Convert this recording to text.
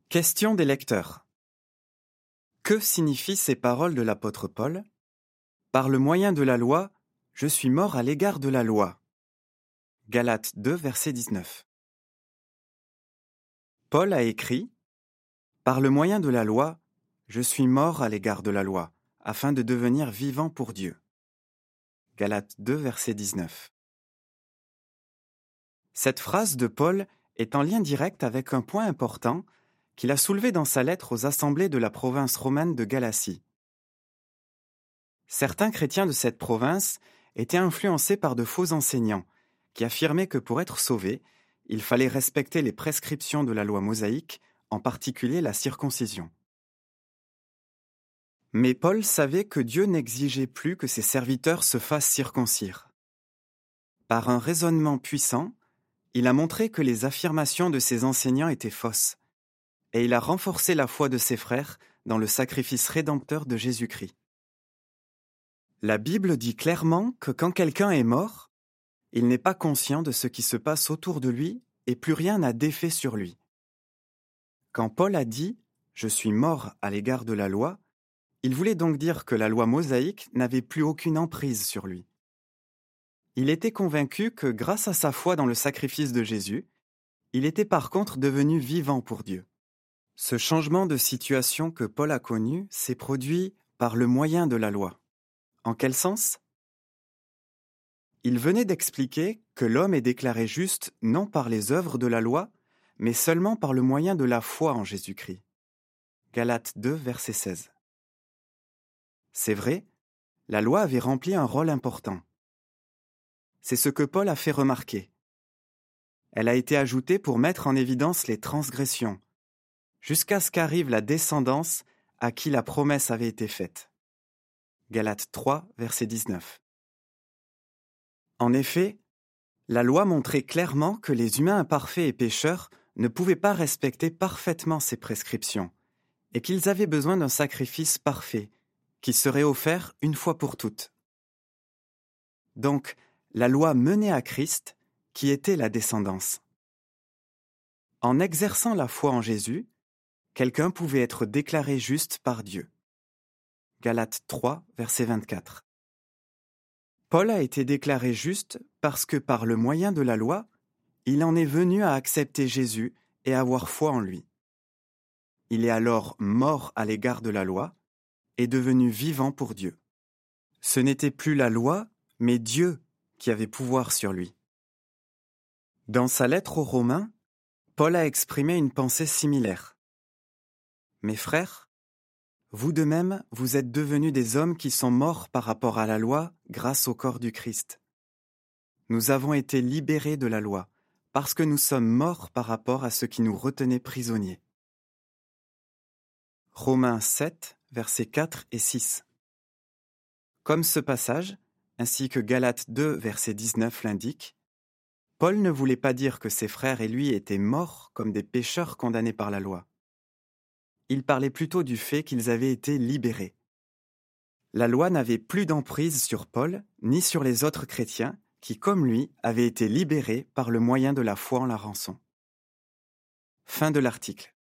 Question des lecteurs. Que signifient ces paroles de l'apôtre Paul ? Par le moyen de la loi, je suis mort à l'égard de la loi. Galates 2, verset 19. Paul a écrit : Par le moyen de la loi, je suis mort à l'égard de la loi, afin de devenir vivant pour Dieu. Galates 2, verset 19. Cette phrase de Paul est en lien direct avec un point important qu'il a soulevé dans sa lettre aux assemblées de la province romaine de Galatie. Certains chrétiens de cette province étaient influencés par de faux enseignants qui affirmaient que pour être sauvés, il fallait respecter les prescriptions de la loi mosaïque, en particulier la circoncision. Mais Paul savait que Dieu n'exigeait plus que ses serviteurs se fassent circoncire. Par un raisonnement puissant, il a montré que les affirmations de ces enseignants étaient fausses, et il a renforcé la foi de ses frères dans le sacrifice rédempteur de Jésus-Christ. La Bible dit clairement que quand quelqu'un est mort, il n'est pas conscient de ce qui se passe autour de lui et plus rien n'a d'effet sur lui. Quand Paul a dit « Je suis mort à l'égard de la loi », il voulait donc dire que la loi mosaïque n'avait plus aucune emprise sur lui. Il était convaincu que grâce à sa foi dans le sacrifice de Jésus, il était par contre devenu vivant pour Dieu. Ce changement de situation que Paul a connu s'est produit par le moyen de la loi. En quel sens ? Il venait d'expliquer que l'homme est déclaré juste non par les œuvres de la loi, mais seulement par le moyen de la foi en Jésus-Christ. Galates 2, verset 16. C'est vrai, la loi avait rempli un rôle important. C'est ce que Paul a fait remarquer. Elle a été ajoutée pour mettre en évidence les transgressions, jusqu'à ce qu'arrive la descendance à qui la promesse avait été faite. Galates 3, verset 19. En effet, la loi montrait clairement que les humains imparfaits et pécheurs ne pouvaient pas respecter parfaitement ces prescriptions, et qu'ils avaient besoin d'un sacrifice parfait, qui serait offert une fois pour toutes. Donc, la loi menait à Christ, qui était la descendance. En exerçant la foi en Jésus, quelqu'un pouvait être déclaré juste par Dieu. Galates 3, verset 24. Paul a été déclaré juste parce que par le moyen de la loi, il en est venu à accepter Jésus et à avoir foi en lui. Il est alors mort à l'égard de la loi et devenu vivant pour Dieu. Ce n'était plus la loi, mais Dieu qui avait pouvoir sur lui. Dans sa lettre aux Romains, Paul a exprimé une pensée similaire. Mes frères, vous de même, vous êtes devenus des hommes qui sont morts par rapport à la loi grâce au corps du Christ. Nous avons été libérés de la loi, parce que nous sommes morts par rapport à ce qui nous retenait prisonniers. Romains 7, versets 4 et 6. Comme ce passage, ainsi que Galates 2, verset 19 l'indique, Paul ne voulait pas dire que ses frères et lui étaient morts comme des pécheurs condamnés par la loi. Il parlait plutôt du fait qu'ils avaient été libérés. La loi n'avait plus d'emprise sur Paul, ni sur les autres chrétiens, qui, comme lui, avaient été libérés par le moyen de la foi en la rançon. Fin de l'article.